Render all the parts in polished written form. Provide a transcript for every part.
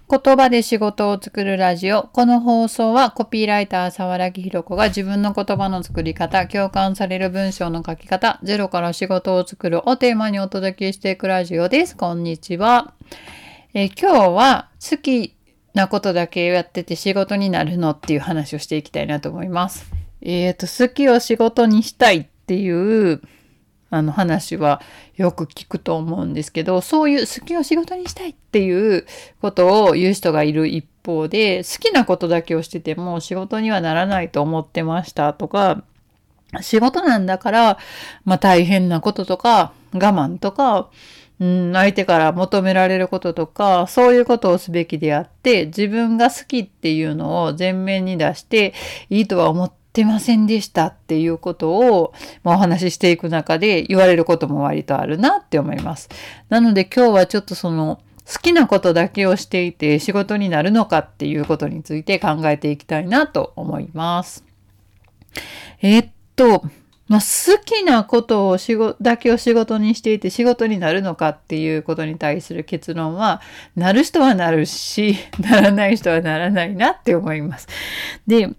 言葉で仕事を作るラジオ。この放送はコピーライター沢木ひろ子が自分の言葉の作り方、共感される文章の書き方、ゼロから仕事を作るをテーマにお届けしていくラジオです。こんにちは。今日は好きなことだけやってて仕事になるのっていう話をしていきたいなと思います。好きを仕事にしたいっていう話はよく聞くと思うんですけど、そういう好きを仕事にしたいっていうことを言う人がいる一方で、好きなことだけをしてても仕事にはならないと思ってましたとか、仕事なんだから、大変なこととか我慢とか、相手から求められることとか、そういうことをすべきであって、自分が好きっていうのを前面に出していいとは思ってませんでしたっていうことを、お話ししていく中で言われることも割とあるなって思います。なので今日はちょっと好きなことだけをしていて仕事になるのかっていうことについて考えていきたいなと思います。好きなことをだけを仕事にしていて仕事になるのかっていうことに対する結論は、なる人はなるし、ならない人はならないなって思います。で、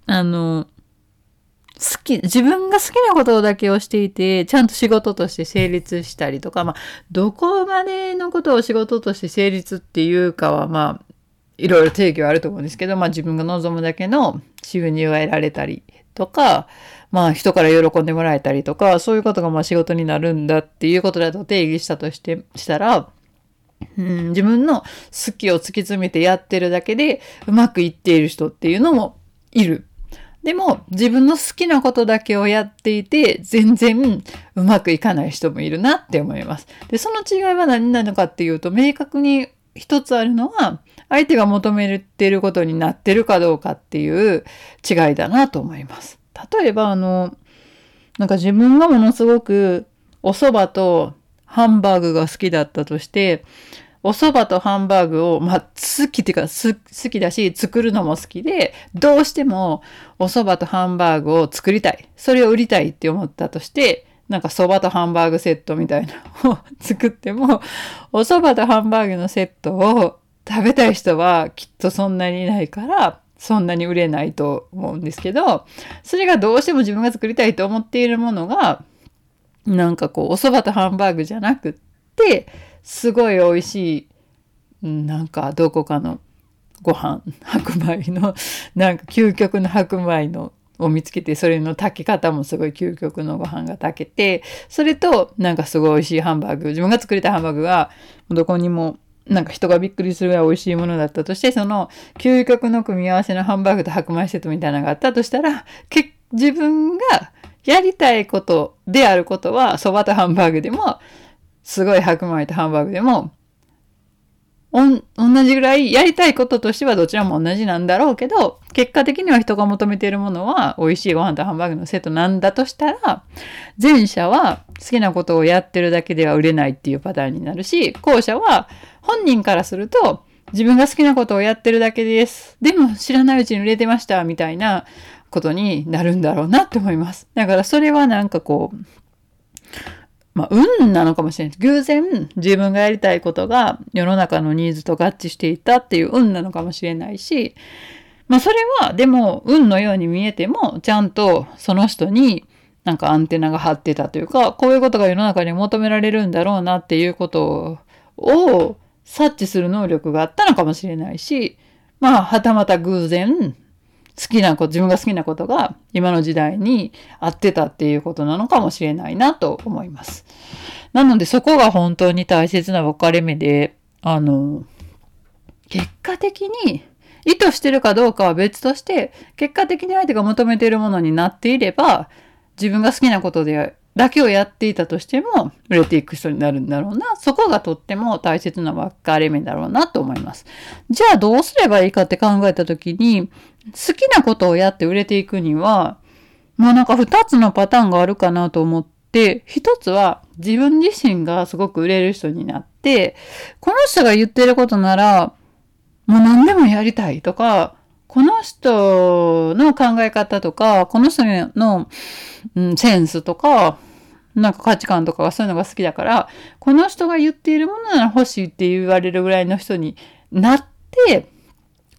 自分が好きなことだけをしていて、ちゃんと仕事として成立したりとか、どこまでのことを仕事として成立っていうかはいろいろ定義はあると思うんですけど、自分が望むだけの収入が得られたりとか、人から喜んでもらえたりとか、そういうことが仕事になるんだっていうことだと定義したら、自分の好きを突き詰めてやってるだけでうまくいっている人っていうのもいる。でも自分の好きなことだけをやっていて全然うまくいかない人もいるなって思います。で、その違いは何なのかっていうと、明確に一つあるのは、相手が求めていることになってるかどうかっていう違いだなと思います。例えば自分がものすごくお蕎麦とハンバーグが好きだったとして、お蕎麦とハンバーグを、好きっていうか好きだし、作るのも好きで、どうしてもお蕎麦とハンバーグを作りたい。それを売りたいって思ったとして、蕎麦とハンバーグセットみたいなのを作っても、お蕎麦とハンバーグのセットを食べたい人はきっとそんなにいないから、そんなに売れないと思うんですけど、それがどうしても自分が作りたいと思っているものが、お蕎麦とハンバーグじゃなくって、すごい美味しい、どこかのご飯、白米の、究極の白米のを見つけて、それの炊き方もすごい究極のご飯が炊けて、それとすごい美味しいハンバーグ、自分が作りたいハンバーグがどこにも人がびっくりするぐらい美味しいものだったとして、その究極の組み合わせのハンバーグと白米セットみたいなのがあったとしたら、自分がやりたいことであることは、蕎麦とハンバーグでも、すごい白米とハンバーグでも、同じぐらいやりたいこととしてはどちらも同じなんだろうけど、結果的には人が求めているものは美味しいご飯とハンバーグのセットなんだとしたら、前者は好きなことをやってるだけでは売れないっていうパターンになるし、後者は本人からすると自分が好きなことをやってるだけです。でも知らないうちに売れてましたみたいなことになるんだろうなって思います。だからそれは運なのかもしれない。偶然自分がやりたいことが世の中のニーズと合致していたっていう運なのかもしれないし、それはでも運のように見えても、ちゃんとその人にアンテナが張ってたというか、こういうことが世の中に求められるんだろうなっていうことを察知する能力があったのかもしれないし、はたまた偶然自分が好きなことが今の時代に合ってたっていうことなのかもしれないなと思います。なのでそこが本当に大切な分かれ目で、結果的に意図してるかどうかは別として、結果的に相手が求めているものになっていれば、自分が好きなことだけをやっていたとしても売れていく人になるんだろうな。そこがとっても大切な分かれ目だろうなと思います。じゃあどうすればいいかって考えたときに、好きなことをやって売れていくには、二つのパターンがあるかなと思って、一つは自分自身がすごく売れる人になって、この人が言ってることなら、もう何でもやりたいとか、この人の考え方とか、この人の、センスとか、価値観とかがそういうのが好きだから、この人が言っているものなら欲しいって言われるぐらいの人になって、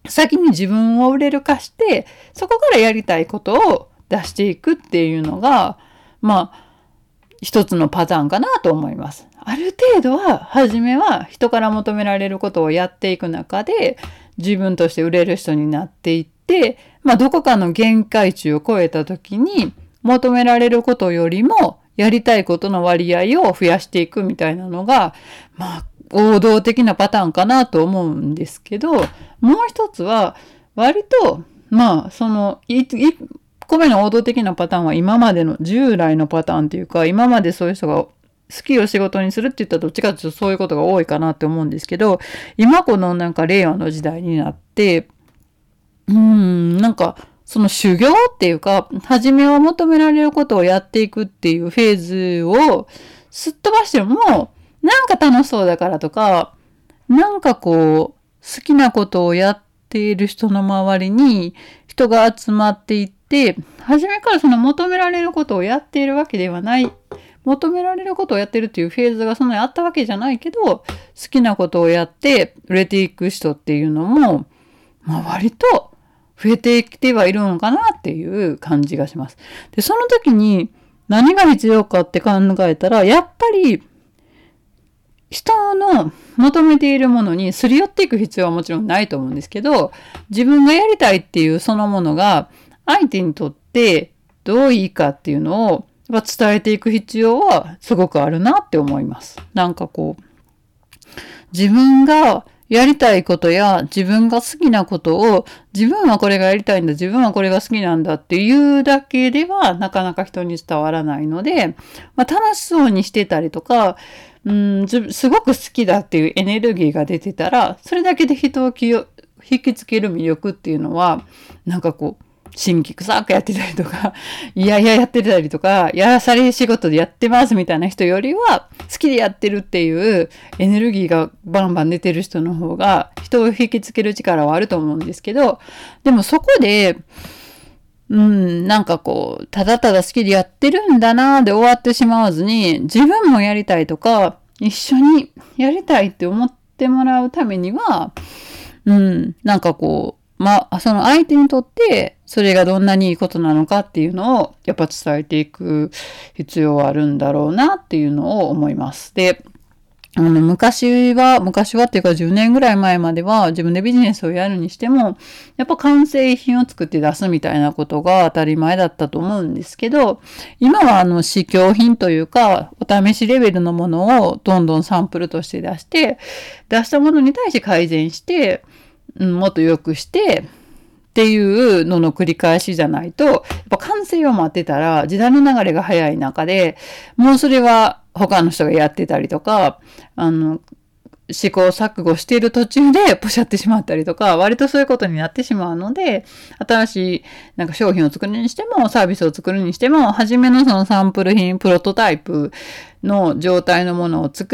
先に自分を売れる化して、そこからやりたいことを出していくっていうのが、まあ、一つのパターンかなと思います。ある程度は、初めは人から求められることをやっていく中で、自分として売れる人になっていって、まあ、どこかの限界値を超えた時に、求められることよりも、やりたいことの割合を増やしていくみたいなのが、まあ、王道的なパターンかなと思うんですけど、もう一つは、割と、まあ、1個目の王道的なパターンは今までの従来のパターンというか、今までそういう人が好きを仕事にするって言ったらどっちかというとそういうことが多いかなって思うんですけど、今このなんか令和の時代になって、なんかその修行っていうか、初めは求められることをやっていくっていうフェーズをすっ飛ばしても、なんか楽しそうだからとか、なんかこう、好きなことをやっている人の周りに人が集まっていって、初めからその求められることをやっているわけではない。求められることをやってるっていうフェーズがそんなにあったわけじゃないけど、好きなことをやって売れていく人っていうのも、まあ割と増えてきてはいるのかなっていう感じがします。で、その時に何が必要かって考えたら、やっぱり人の求めているものにすり寄っていく必要はもちろんないと思うんですけど、自分がやりたいっていうそのものが相手にとってどういいかっていうのを伝えていく必要はすごくあるなって思います。なんかこう、自分がやりたいことや自分が好きなことを自分はこれがやりたいんだ、自分はこれが好きなんだっていうだけではなかなか人に伝わらないので、楽しそうにしてたりとか、すごく好きだっていうエネルギーが出てたら、それだけで人を引きつける魅力っていうのは、なんかこう、新規臭くやってたりとか、いやいややってたりとか、やらされ仕事でやってますみたいな人よりは、好きでやってるっていうエネルギーがバンバン出てる人の方が、人を引きつける力はあると思うんですけど、でもそこで、なんかこう、ただただ好きでやってるんだなーで終わってしまわずに、自分もやりたいとか、一緒にやりたいって思ってもらうためには、なんかこう、その相手にとって、それがどんなにいいことなのかっていうのを、やっぱ伝えていく必要はあるんだろうなっていうのを思います。で、昔はっていうか10年ぐらい前までは自分でビジネスをやるにしても、やっぱ完成品を作って出すみたいなことが当たり前だったと思うんですけど、今は試供品というか、お試しレベルのものをどんどんサンプルとして出して、出したものに対して改善して、もっと良くして、っていうのの繰り返しじゃないと、やっぱ完成を待ってたら、時代の流れが早い中で、もうそれは他の人がやってたりとか、試行錯誤している途中でポシャってしまったりとか、割とそういうことになってしまうので、新しいなんか商品を作るにしても、サービスを作るにしても、初めのそのサンプル品、プロトタイプの状態のものを作って、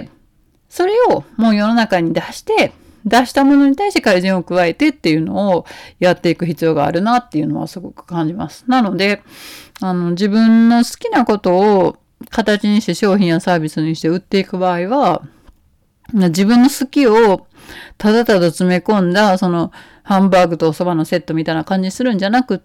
それをもう世の中に出したものに対して改善を加えてっていうのをやっていく必要があるなっていうのはすごく感じます。なので、自分の好きなことを形にして商品やサービスにして売っていく場合は、自分の好きをただただ詰め込んだ、そのハンバーグとお蕎麦のセットみたいな感じにするんじゃなくって、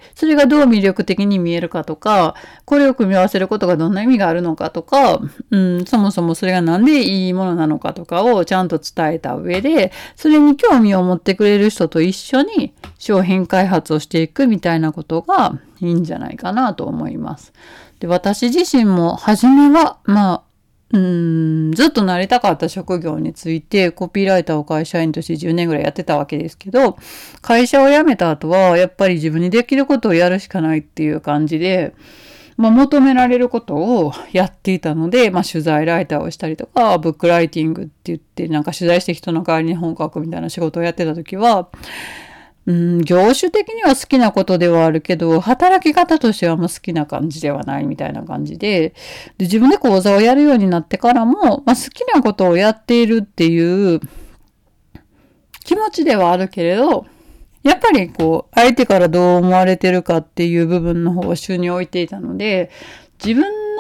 それがどう魅力的に見えるかとか、これを組み合わせることがどんな意味があるのかとか、そもそもそれがなんでいいものなのかとかをちゃんと伝えた上で、それに興味を持ってくれる人と一緒に商品開発をしていくみたいなことがいいんじゃないかなと思います。で、私自身も初めは、ずっとなりたかった職業についてコピーライターを会社員として10年ぐらいやってたわけですけど、会社を辞めた後はやっぱり自分にできることをやるしかないっていう感じで、求められることをやっていたので、取材ライターをしたりとか、ブックライティングって言ってなんか取材して人の代わりに本書くみたいな仕事をやってた時は、業種的には好きなことではあるけど、働き方としてはもう好きな感じではないみたいな感じで、自分で講座をやるようになってからも、好きなことをやっているっていう気持ちではあるけれど、やっぱり相手からどう思われてるかっていう部分の方を主に置いていたので、自分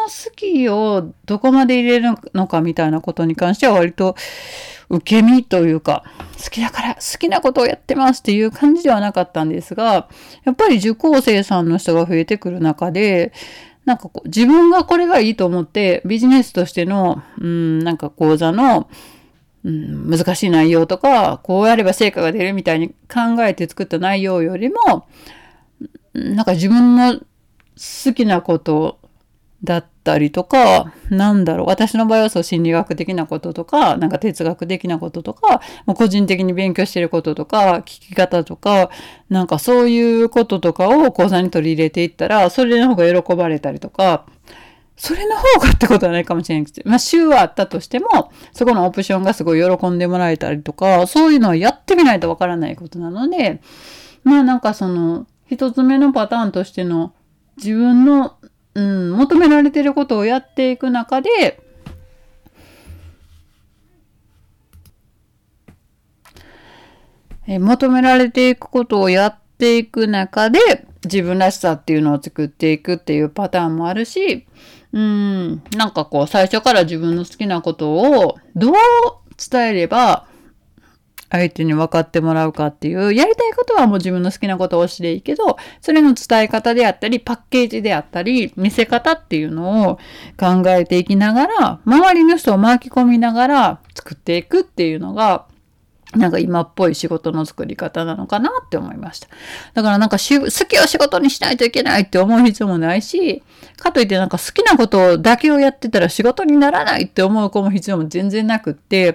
の好きをどこまで入れるのかみたいなことに関しては割と受け身というか、好きだから好きなことをやってますっていう感じではなかったんですが、やっぱり受講生さんの人が増えてくる中で、なんかこう自分がこれがいいと思ってビジネスとしての、なんか講座の、難しい内容とか、こうやれば成果が出るみたいに考えて作った内容よりも、なんか自分の好きなことだったりとか、私の場合はそう心理学的なこととか、なんか哲学的なこととか、もう個人的に勉強してることとか、聞き方とか、なんかそういうこととかを講座に取り入れていったら、それの方が喜ばれたりとか、それの方がってことはないかもしれないけど、週はあったとしても、そこのオプションがすごい喜んでもらえたりとか、そういうのはやってみないとわからないことなので、なんか一つ目のパターンとしての自分の、求められていることをやっていく中で、求められていくことをやっていく中で、自分らしさっていうのを作っていくっていうパターンもあるし、なんかこう最初から自分の好きなことをどう伝えれば相手に分かってもらうかっていう、やりたいことはもう自分の好きなことをしていいけど、それの伝え方であったり、パッケージであったり、見せ方っていうのを考えていきながら、周りの人を巻き込みながら作っていくっていうのが、なんか今っぽい仕事の作り方なのかなって思いました。だからなんか好きを仕事にしないといけないって思う必要もないし、かといってなんか好きなことだけをやってたら仕事にならないって思う子も必要も全然なくって、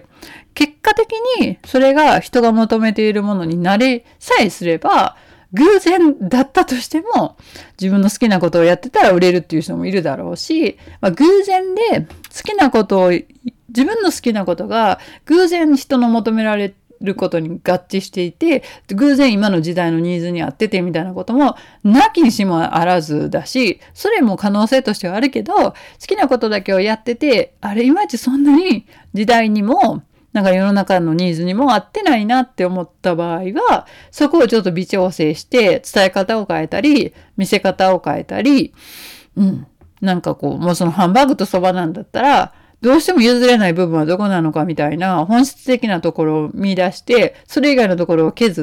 結果的にそれが人が求めているものになれさえすれば、偶然だったとしても自分の好きなことをやってたら売れるっていう人もいるだろうし、偶然で好きなことを自分の好きなことが偶然人の求められることに合致していて、偶然今の時代のニーズに合っててみたいなこともなきにしもあらずだし、それも可能性としてはあるけど、好きなことだけをやってて、あれいまいちそんなに時代にもなんか世の中のニーズにも合ってないなって思った場合は、そこをちょっと微調整して伝え方を変えたり、見せ方を変えたり、なんかこう、もうそのハンバーグとそばなんだったら、どうしても譲れない部分はどこなのかみたいな本質的なところを見出して、それ以外のところを削って、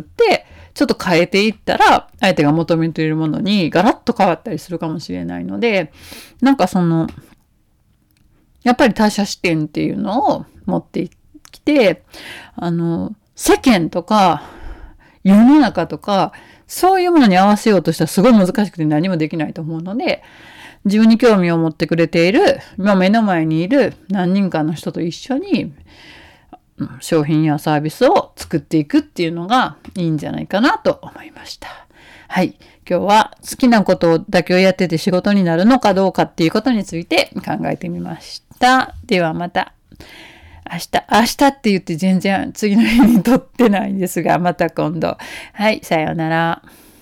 ちょっと変えていったら、相手が求めているものにガラッと変わったりするかもしれないので、なんかやっぱり他者視点っていうのを持ってきて、世間とか、世の中とか、そういうものに合わせようとしたらすごい難しくて何もできないと思うので、自分に興味を持ってくれている、今目の前にいる何人かの人と一緒に商品やサービスを作っていくっていうのがいいんじゃないかなと思いました。はい。今日は好きなことだけをやってて仕事になるのかどうかっていうことについて考えてみました。ではまた。明日って言って全然次の日に撮ってないんですが、また今度。はい。さようなら。